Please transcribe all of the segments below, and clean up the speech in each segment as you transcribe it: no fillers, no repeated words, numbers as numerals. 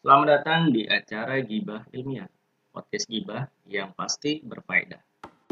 Selamat datang di acara Gibah Ilmiah, podcast gibah yang pasti berfaedah.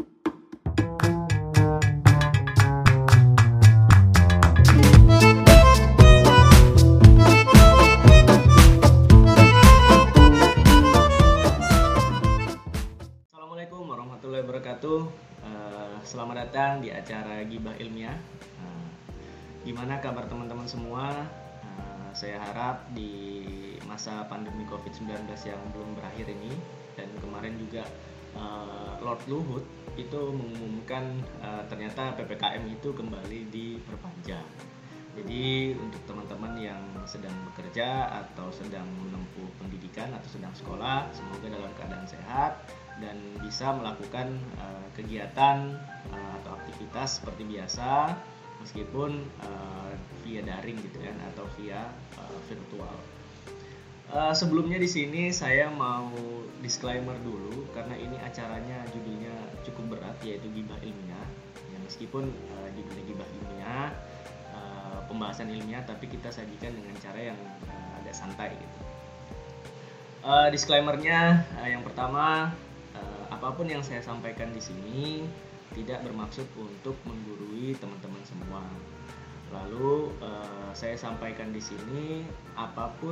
Assalamualaikum warahmatullahi wabarakatuh. Selamat datang di acara Gibah Ilmiah. Gimana kabar teman-teman semua? Saya harap di masa pandemi COVID-19 yang belum berakhir ini, dan kemarin juga Lord Luhut itu mengumumkan ternyata PPKM itu kembali diperpanjang. Jadi untuk teman-teman yang sedang bekerja atau sedang menempuh pendidikan atau sedang sekolah, semoga dalam keadaan sehat dan bisa melakukan kegiatan atau aktivitas seperti biasa, meskipun via daring gitu kan, atau via virtual. Sebelumnya di sini saya mau disclaimer dulu karena ini acaranya judulnya cukup berat, yaitu Gibah Ilmiah. Ya, meskipun judulnya Gibah Ilmiah, pembahasan ilmiah, tapi kita sajikan dengan cara yang agak santai gitu. Disclaimernya yang pertama, apapun yang saya sampaikan di sini tidak bermaksud untuk menggurui teman-teman semua. Lalu saya sampaikan di sini apapun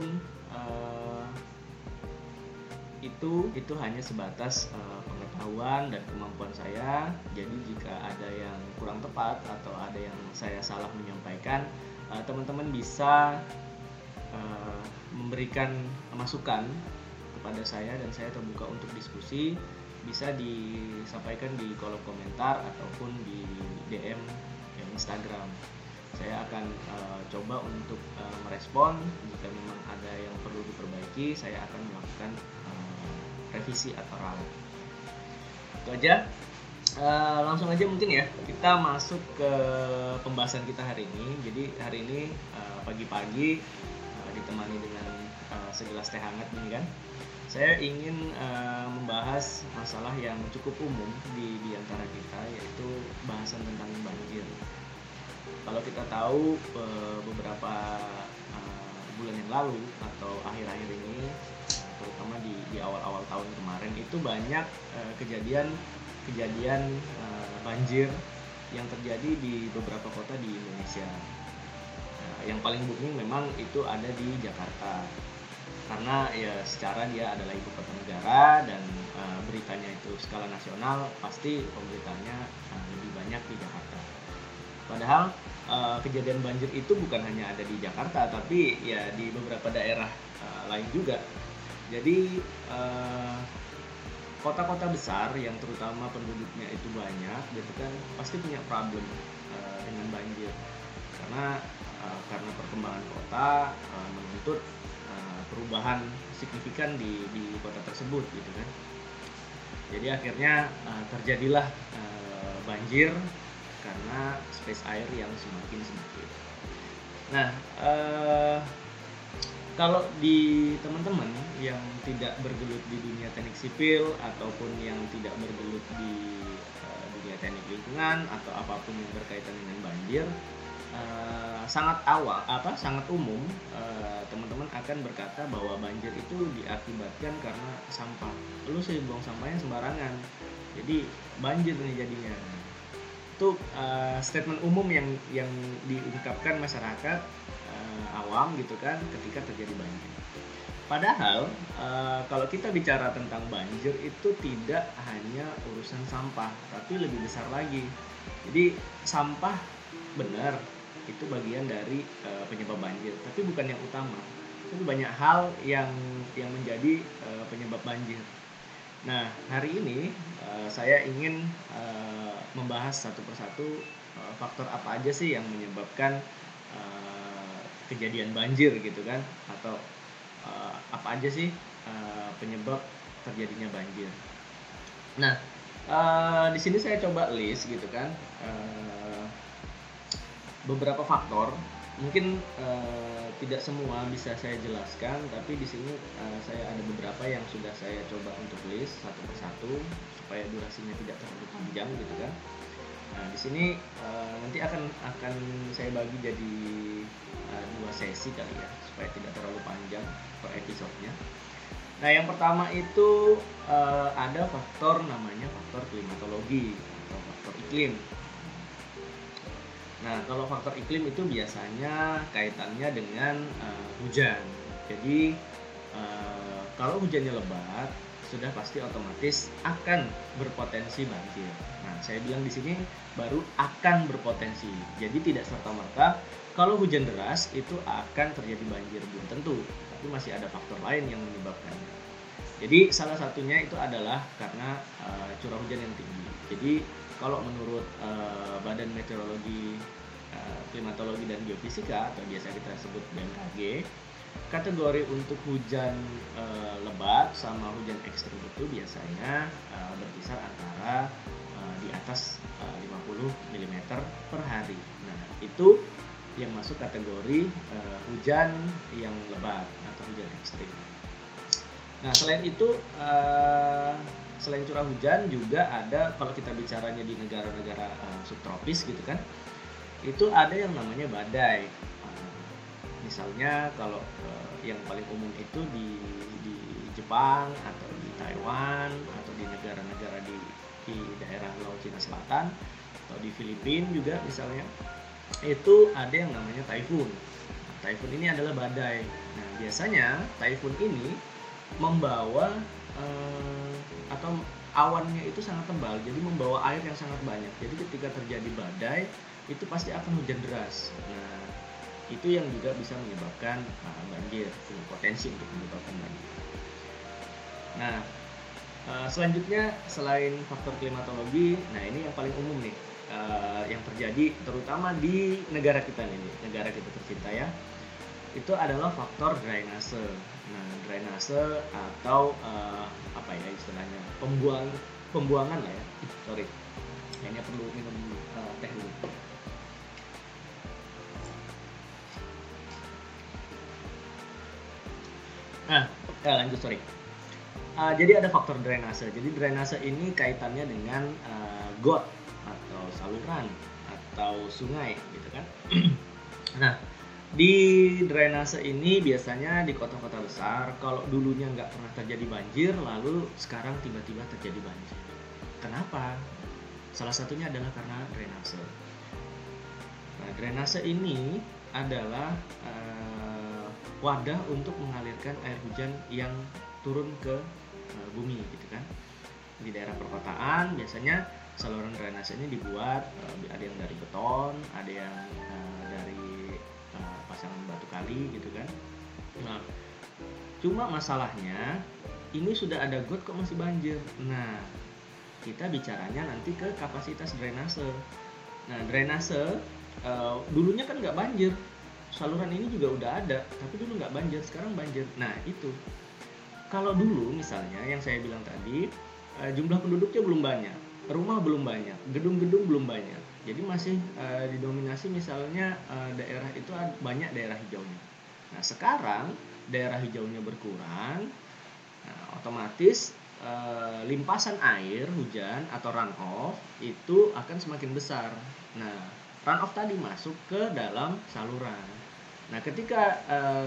itu hanya sebatas pengetahuan dan kemampuan saya. Jadi jika ada yang kurang tepat atau ada yang saya salah menyampaikan, teman-teman bisa memberikan masukan kepada saya dan saya terbuka untuk diskusi. Bisa disampaikan di kolom komentar ataupun di DM Instagram. Saya akan coba untuk merespon. Jika memang ada yang perlu diperbaiki, saya akan melakukan revisi atau ralat. Itu aja. Langsung aja mungkin ya, kita masuk ke pembahasan kita hari ini. Jadi hari ini pagi-pagi ditemani dengan segelas teh hangat ini kan, saya ingin membahas masalah yang cukup umum di antara kita, yaitu bahasan tentang banjir. Kalau kita tahu beberapa bulan yang lalu atau akhir-akhir ini, terutama di awal-awal tahun kemarin, itu banyak kejadian banjir yang terjadi di beberapa kota di Indonesia. Yang paling booming memang itu ada di Jakarta, karena ya secara dia adalah ibu kota negara dan beritanya itu skala nasional, pasti pemberitanya lebih banyak di Jakarta. Padahal kejadian banjir itu bukan hanya ada di Jakarta, tapi ya di beberapa daerah lain juga. Jadi kota-kota besar yang terutama penduduknya itu banyak gitu kan, pasti punya problem dengan banjir, karena perkembangan kota menuntut perubahan signifikan di kota tersebut gitu kan. Jadi akhirnya terjadilah banjir karena space air yang semakin sempit. Nah, kalau di teman-teman yang tidak bergelut di dunia teknik sipil ataupun yang tidak bergelut di dunia teknik lingkungan atau apapun yang berkaitan dengan banjir, sangat umum teman-teman akan berkata bahwa banjir itu diakibatkan karena sampah. Lu sih buang sampahnya sembarangan, jadi banjir nih jadinya. Itu statement umum yang diungkapkan masyarakat awam gitu kan ketika terjadi banjir. Padahal kalau kita bicara tentang banjir itu tidak hanya urusan sampah, tapi lebih besar lagi. Jadi sampah benar itu bagian dari penyebab banjir, tapi bukan yang utama. Itu banyak hal yang menjadi penyebab banjir. Nah, hari ini saya ingin membahas satu persatu faktor apa aja sih yang menyebabkan kejadian banjir gitu kan, atau apa aja sih penyebab terjadinya banjir. Nah, di sini saya coba list gitu kan beberapa faktor. Mungkin tidak semua bisa saya jelaskan, tapi di sini saya ada beberapa yang sudah saya coba untuk list satu persatu supaya durasinya tidak terlalu panjang gitu kan. Nah, di sini nanti akan saya bagi jadi 2 sesi kali ya, supaya tidak terlalu panjang per episodenya. Nah, yang pertama itu ada namanya faktor klimatologi atau faktor iklim. Nah, kalau faktor iklim itu biasanya kaitannya dengan hujan. Jadi kalau hujannya lebat, sudah pasti otomatis akan berpotensi banjir. Nah, saya bilang di sini baru akan berpotensi. Jadi tidak serta-merta kalau hujan deras itu akan terjadi banjir, belum tentu. Tapi masih ada faktor lain yang menyebabkannya. Jadi salah satunya itu adalah karena curah hujan yang tinggi. Jadi kalau menurut Badan Meteorologi, Klimatologi dan Geofisika atau biasa kita sebut BMKG, kategori untuk hujan lebat sama hujan ekstrim itu biasanya berkisar antara di atas 50 mm per hari. Nah, itu yang masuk kategori hujan yang lebat atau hujan ekstrim. Nah, selain itu, selain curah hujan juga ada, kalau kita bicaranya di negara-negara subtropis gitu kan, itu ada yang namanya badai. Misalnya kalau yang paling umum itu di Jepang atau di Taiwan atau di negara-negara di daerah Laut Cina Selatan atau di Filipina juga misalnya, itu ada yang namanya taifun. Nah, taifun ini adalah badai. Nah, biasanya taifun ini membawa atau awannya itu sangat tebal, jadi membawa air yang sangat banyak. Jadi ketika terjadi badai itu pasti akan hujan deras. Nah, itu yang juga bisa menyebabkan banjir, punya potensi untuk menyebabkan banjir. Nah, selanjutnya selain faktor klimatologi, nah ini yang paling umum nih, yang terjadi terutama di negara kita nih, negara kita tercinta ya, itu adalah faktor drainase. Nah, drainase atau apa ya istilahnya, pembuangan lah ya. Sorry, kayaknya perlu minum teh dulu. Lanjut, sorry. Jadi ada faktor drainase. Jadi drainase ini kaitannya dengan got atau saluran atau sungai gitu kan. Nah, di drainase ini biasanya di kota-kota besar, kalau dulunya nggak pernah terjadi banjir, lalu sekarang tiba-tiba terjadi banjir. Kenapa? Salah satunya adalah karena drainase. Nah, drainase ini adalah wadah untuk mengalirkan air hujan yang turun ke bumi gitu kan. Di daerah perkotaan biasanya saluran drainase ini dibuat, ada yang dari beton, ada yang dari pasangan batu kali gitu kan. Nah, cuma masalahnya ini sudah ada got kok masih banjir. Nah, kita bicaranya nanti ke kapasitas drainase. Nah, drainase dulunya kan nggak banjir, saluran ini juga udah ada, tapi dulu nggak banjir, sekarang banjir. Nah, itu kalau dulu misalnya yang saya bilang tadi, jumlah penduduknya belum banyak, rumah belum banyak, gedung-gedung belum banyak, jadi masih didominasi misalnya daerah itu banyak daerah hijaunya. Nah, sekarang daerah hijaunya berkurang, nah, otomatis limpasan air hujan atau runoff itu akan semakin besar. Nah, runoff tadi masuk ke dalam saluran. Nah, ketika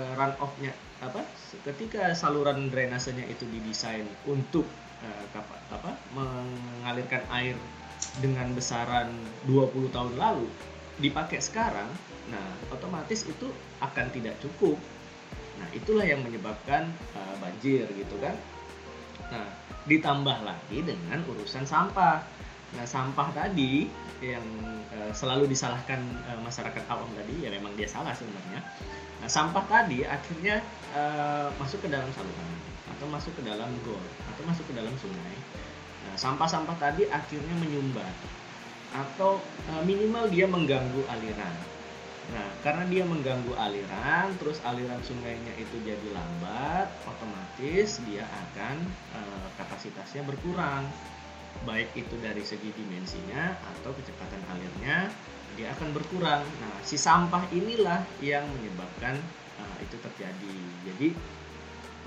ketika saluran drainasenya itu didesain untuk mengalirkan air dengan besaran 20 tahun lalu dipakai sekarang, nah otomatis itu akan tidak cukup. Nah, itulah yang menyebabkan banjir gitu kan. Nah, ditambah lagi dengan urusan sampah. Nah, sampah tadi yang selalu disalahkan masyarakat awam tadi, ya memang dia salah sebenarnya. Nah, sampah tadi akhirnya masuk ke dalam saluran atau masuk ke dalam got atau masuk ke dalam sungai. Nah, sampah-sampah tadi akhirnya menyumbat atau minimal dia mengganggu aliran. Nah, karena dia mengganggu aliran, terus aliran sungainya itu jadi lambat, otomatis dia akan kapasitasnya berkurang. Baik itu dari segi dimensinya atau kecepatan alirnya, dia akan berkurang. Nah, si sampah inilah yang menyebabkan itu terjadi. Jadi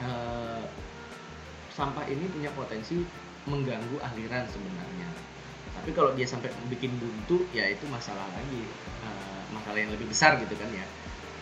sampah ini punya potensi mengganggu aliran sebenarnya. Tapi kalau dia sampai bikin buntu, ya itu masalah lagi, masalah yang lebih besar gitu kan ya.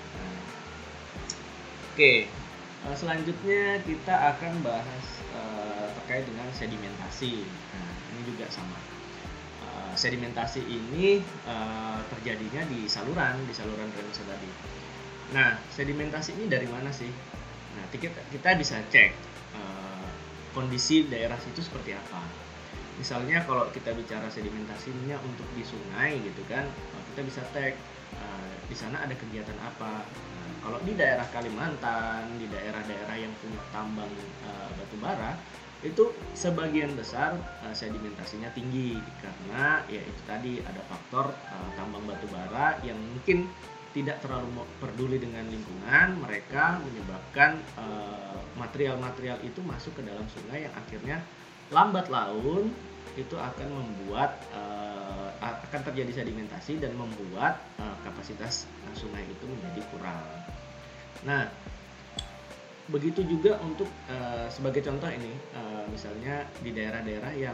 Oke, selanjutnya kita akan bahas terkait dengan sedimentasi. Nah, ini juga sama. Sedimentasi ini terjadinya di saluran drainase tadi. Nah, sedimentasi ini dari mana sih? Nah, kita bisa cek kondisi daerah situ seperti apa. Misalnya kalau kita bicara sedimentasinya untuk di sungai gitu kan, kita bisa cek di sana ada kegiatan apa. Kalau di daerah Kalimantan, di daerah-daerah yang punya tambang batu bara, itu sebagian besar sedimentasinya tinggi karena ya itu tadi ada faktor tambang batu bara yang mungkin tidak terlalu peduli dengan lingkungan, mereka menyebabkan material-material itu masuk ke dalam sungai yang akhirnya lambat laun itu akan membuat akan terjadi sedimentasi dan membuat kapasitas sungai itu menjadi kurang. Nah, begitu juga untuk sebagai contoh ini, misalnya di daerah-daerah yang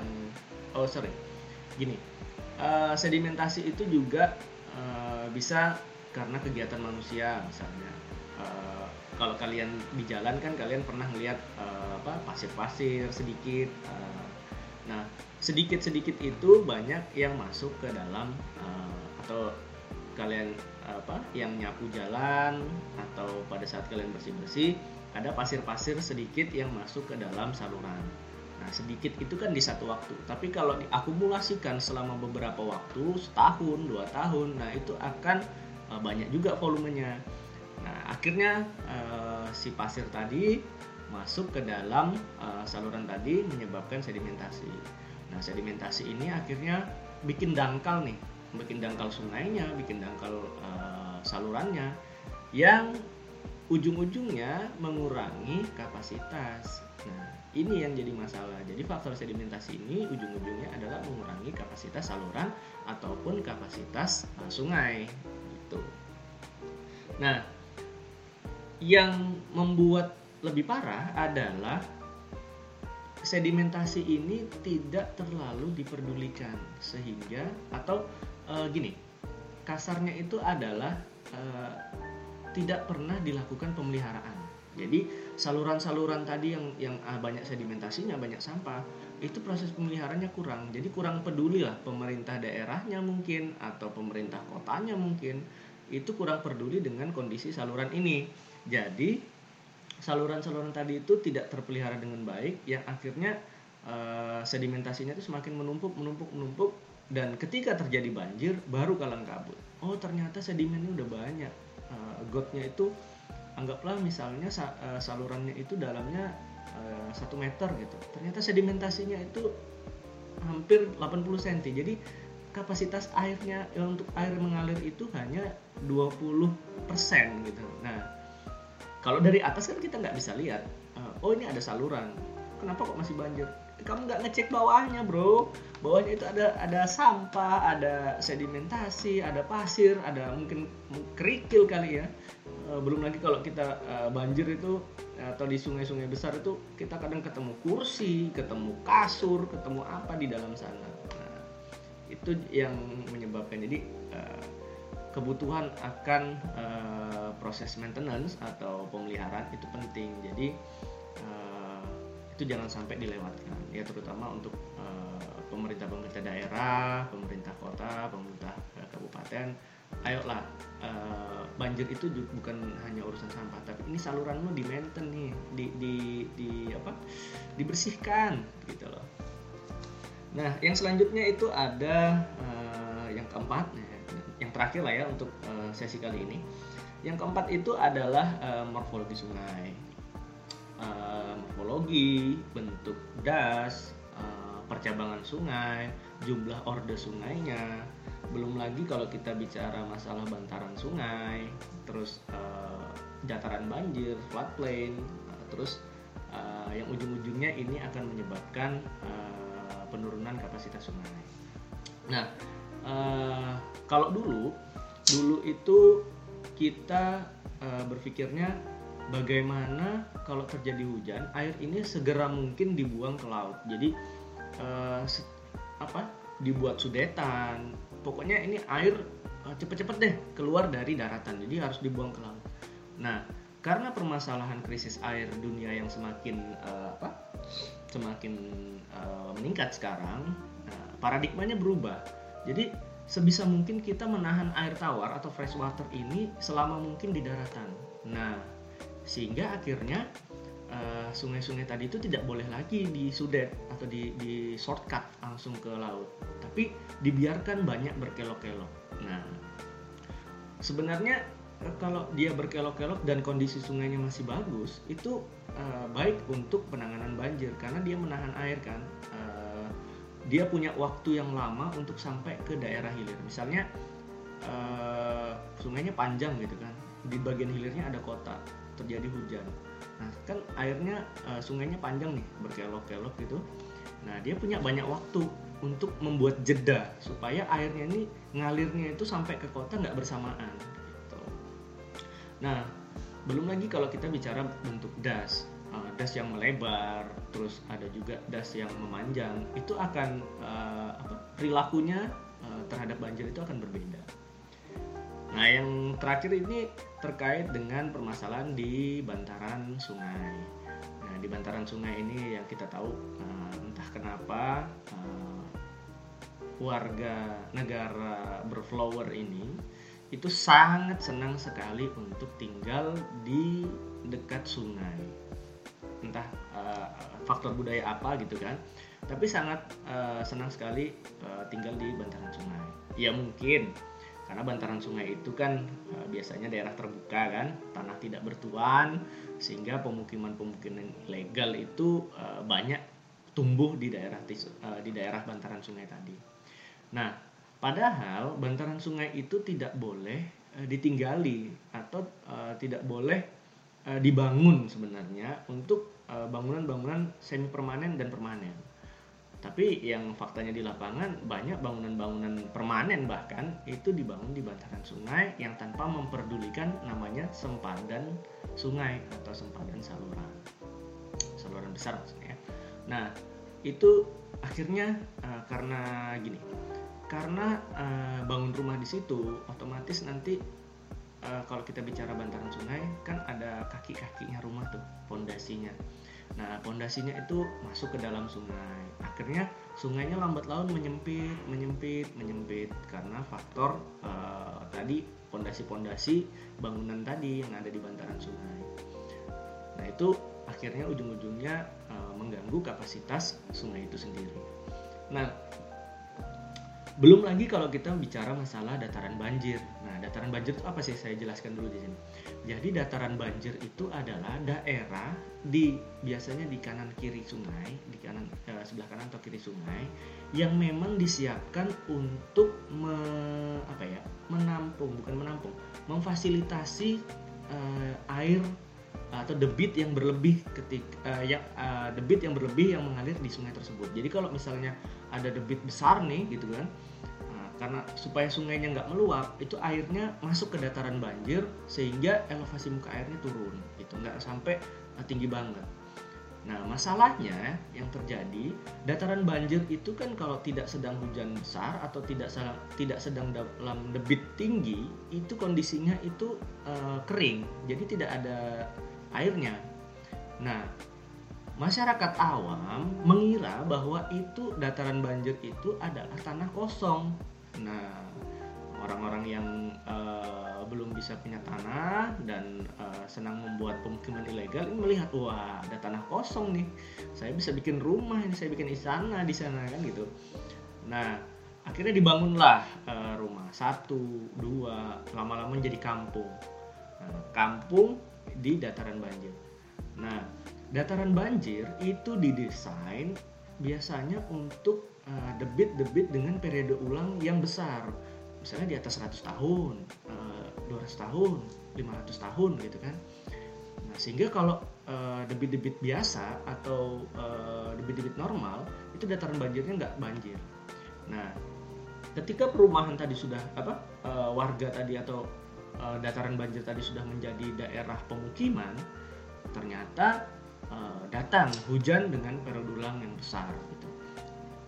sedimentasi itu juga bisa karena kegiatan manusia. Misalnya kalau kalian di jalan kan kalian pernah melihat pasir-pasir sedikit. Nah, sedikit-sedikit itu banyak yang masuk ke dalam atau kalian yang nyapu jalan atau pada saat kalian bersih-bersih ada pasir-pasir sedikit yang masuk ke dalam saluran. Nah, sedikit itu kan di satu waktu. Tapi kalau diakumulasikan selama beberapa waktu, setahun, 2 tahun, nah itu akan banyak juga volumenya. Nah, akhirnya si pasir tadi masuk ke dalam saluran tadi menyebabkan sedimentasi. Nah, sedimentasi ini akhirnya bikin dangkal sungainya, bikin dangkal salurannya yang ujung-ujungnya mengurangi kapasitas. Nah, ini yang jadi masalah. Jadi faktor sedimentasi ini ujung-ujungnya adalah mengurangi kapasitas saluran ataupun kapasitas sungai gitu. Nah, yang membuat lebih parah adalah sedimentasi ini tidak terlalu diperdulikan sehingga kasarnya itu adalah tidak pernah dilakukan pemeliharaan. Jadi saluran-saluran tadi yang banyak sedimentasinya, banyak sampah, itu proses pemeliharaannya kurang. Jadi kurang peduli lah pemerintah daerahnya mungkin atau pemerintah kotanya mungkin itu kurang peduli dengan kondisi saluran ini. Jadi saluran-saluran tadi itu tidak terpelihara dengan baik yang akhirnya sedimentasinya itu semakin menumpuk dan ketika terjadi banjir baru kalang kabut. Oh, ternyata sedimennya udah banyak. Gotnya itu anggaplah misalnya salurannya itu dalamnya 1 meter gitu. Ternyata sedimentasinya itu hampir 80 cm. Jadi kapasitas airnya untuk air mengalir itu hanya 20% gitu. Nah, kalau dari atas kan kita nggak bisa lihat. Oh, ini ada saluran. Kenapa kok masih banjir? Kamu nggak ngecek bawahnya, bro. Bawahnya itu ada sampah, ada sedimentasi, ada pasir, ada mungkin kerikil kali ya. Belum lagi kalau kita banjir itu atau di sungai-sungai besar itu kita kadang ketemu kursi, ketemu kasur, ketemu apa di dalam sana. Nah, itu yang menyebabkan jadi kebutuhan akan proses maintenance atau pemeliharaan itu penting. Jadi itu jangan sampai dilewatkan ya, terutama untuk pemerintah daerah, pemerintah kota, pemerintah kabupaten. Ayolah, banjir itu bukan hanya urusan sampah, tapi ini saluranmu di maintain nih, dibersihkan gitu loh. Nah, yang selanjutnya itu ada yang keempat, yang terakhir lah ya untuk sesi kali ini. Yang keempat itu adalah morfologi sungai. Morfologi, bentuk das, percabangan sungai, jumlah orde sungainya. Belum lagi kalau kita bicara masalah bantaran sungai, terus dataran banjir, floodplain, terus yang ujung-ujungnya ini akan menyebabkan penurunan kapasitas sungai. Nah, kalau dulu itu kita berpikirnya bagaimana kalau terjadi hujan, air ini segera mungkin dibuang ke laut. Jadi dibuat sudetan. Pokoknya ini air cepet-cepet deh keluar dari daratan, jadi harus dibuang ke laut. Nah, karena permasalahan krisis air dunia yang semakin meningkat sekarang, paradigmanya berubah. Jadi sebisa mungkin kita menahan air tawar atau fresh water ini selama mungkin di daratan. Nah, sehingga akhirnya sungai-sungai tadi itu tidak boleh lagi disudet atau di shortcut langsung ke laut, tapi dibiarkan banyak berkelok-kelok. Nah, sebenarnya kalau dia berkelok-kelok dan kondisi sungainya masih bagus, itu baik untuk penanganan banjir karena dia menahan air kan. Dia punya waktu yang lama untuk sampai ke daerah hilir. Misalnya sungainya panjang gitu kan, di bagian hilirnya ada kota, terjadi hujan. Nah kan airnya sungainya panjang nih, berkelok-kelok gitu. Nah dia punya banyak waktu untuk membuat jeda supaya airnya ini ngalirnya itu sampai ke kota nggak bersamaan gitu. Nah belum lagi kalau kita bicara bentuk das yang melebar, terus ada juga das yang memanjang, itu akan perilakunya terhadap banjir itu akan berbeda. Nah yang terakhir ini terkait dengan permasalahan di bantaran sungai. Nah di bantaran sungai ini yang kita tahu entah kenapa warga negara berflower ini itu sangat senang sekali untuk tinggal di dekat sungai. Entah faktor budaya apa gitu kan, tapi sangat senang sekali tinggal di bantaran sungai. Ya mungkin karena bantaran sungai itu kan biasanya daerah terbuka kan, tanah tidak bertuan, sehingga pemukiman-pemukiman ilegal itu banyak tumbuh di daerah bantaran sungai tadi. Nah, padahal bantaran sungai itu tidak boleh ditinggali atau tidak boleh dibangun sebenarnya untuk bangunan-bangunan semi permanen dan permanen. Tapi yang faktanya di lapangan banyak bangunan-bangunan permanen bahkan itu dibangun di bantaran sungai yang tanpa memperdulikan namanya sempadan sungai atau sempadan saluran besar maksudnya. Nah itu akhirnya karena bangun rumah di situ otomatis nanti kalau kita bicara bantaran sungai kan ada kaki-kakinya rumah tuh, pondasinya. Nah, pondasinya itu masuk ke dalam sungai. Akhirnya sungainya lambat laun menyempit karena faktor tadi pondasi-pondasi bangunan tadi yang ada di bantaran sungai. Nah, itu akhirnya ujung-ujungnya mengganggu kapasitas sungai itu sendiri. Nah, belum lagi kalau kita bicara masalah dataran banjir. Nah, dataran banjir itu apa sih? Saya jelaskan dulu di sini. Jadi dataran banjir itu adalah daerah biasanya di kanan kiri sungai, sebelah kanan atau kiri sungai yang memang disiapkan untuk memfasilitasi air atau debit yang berlebih yang mengalir di sungai tersebut. Jadi kalau misalnya ada debit besar nih gitu kan, karena supaya sungainya nggak meluap, itu airnya masuk ke dataran banjir sehingga elevasi muka airnya turun, itu nggak sampai tinggi banget. Nah masalahnya yang terjadi, dataran banjir itu kan kalau tidak sedang hujan besar atau tidak sedang dalam debit tinggi, itu kondisinya itu kering, jadi tidak ada airnya. Nah masyarakat awam mengira bahwa itu dataran banjir itu adalah tanah kosong. Nah, orang-orang yang belum bisa punya tanah dan senang membuat pemukiman ilegal ini melihat, wah ada tanah kosong nih, saya bisa bikin rumah ini, saya bikin istana di sana kan gitu. Nah akhirnya dibangunlah rumah 1, 2, lama-lama jadi kampung. Kampung di dataran banjir. Nah dataran banjir itu didesain biasanya untuk debit dengan periode ulang yang besar, misalnya di atas 100 tahun, 200 tahun, 500 tahun gitu kan. Nah, sehingga kalau debit-debit biasa atau debit-debit normal itu dataran banjirnya nggak banjir. Nah, ketika perumahan tadi sudah warga tadi atau dataran banjir tadi sudah menjadi daerah pemukiman, ternyata datang hujan dengan periode ulang yang besar gitu.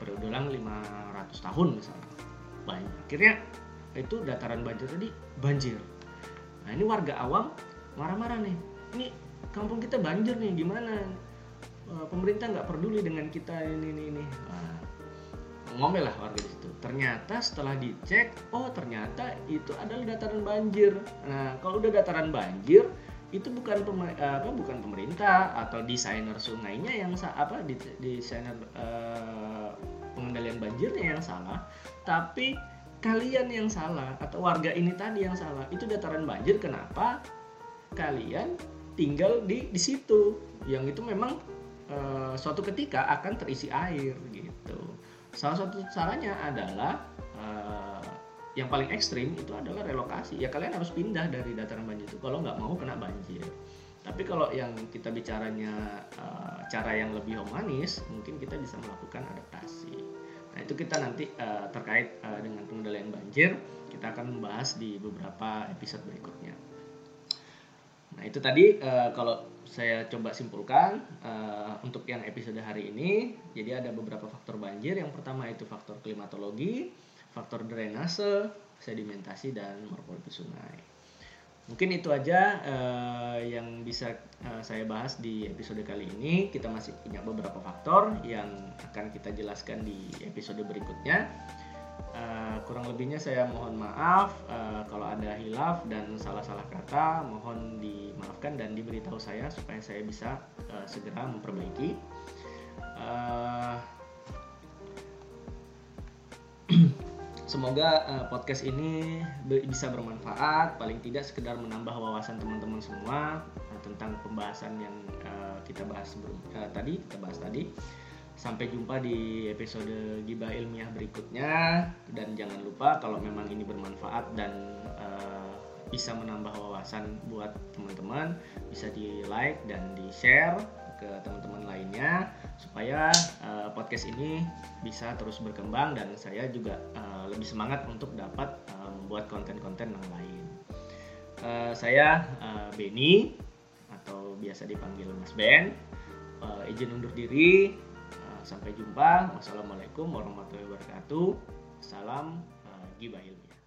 berulang 500 tahun misalnya. Banyak. Akhirnya itu dataran banjir tadi banjir. Nah ini warga awam marah-marah nih. Ini kampung kita banjir nih, gimana? Pemerintah nggak peduli dengan kita ini. Nah, ngomel lah warga di situ. Ternyata setelah dicek, oh ternyata itu adalah dataran banjir. Nah kalau udah dataran banjir, itu bukan pemerintah atau desainer sungainya yang desainer pengendalian banjirnya yang salah, tapi kalian yang salah atau warga ini tadi yang salah. Itu dataran banjir, kenapa kalian tinggal di situ yang itu memang suatu ketika akan terisi air gitu. Salah satu caranya adalah yang paling ekstrim itu adalah relokasi. Ya kalian harus pindah dari dataran banjir itu kalau nggak mau kena banjir. Tapi kalau yang kita bicaranya cara yang lebih humanis, mungkin kita bisa melakukan adaptasi. Nah itu kita nanti terkait dengan pengendalian banjir, kita akan membahas di beberapa episode berikutnya. Nah itu tadi kalau saya coba simpulkan untuk yang episode hari ini. Jadi ada beberapa faktor banjir. Yang pertama itu faktor klimatologi, faktor drainase, sedimentasi, dan morfologi sungai. Mungkin itu aja yang bisa saya bahas di episode kali ini. Kita masih punya beberapa faktor yang akan kita jelaskan di episode berikutnya. Kurang lebihnya saya mohon maaf kalau ada hilaf dan salah-salah kata, mohon dimaafkan dan diberitahu saya supaya saya bisa segera memperbaiki. Semoga podcast ini bisa bermanfaat, paling tidak sekedar menambah wawasan teman-teman semua tentang pembahasan yang kita bahas tadi. Sampai jumpa di episode Gibah Ilmiah berikutnya, dan jangan lupa kalau memang ini bermanfaat dan bisa menambah wawasan buat teman-teman, bisa di like dan di share ke teman-teman lainnya supaya podcast ini bisa terus berkembang dan saya juga lebih semangat untuk dapat membuat konten-konten yang lain. Saya Benny atau biasa dipanggil Mas Ben, izin undur diri. Sampai jumpa. Wassalamualaikum warahmatullahi wabarakatuh. Salam Gibah Ilmiah.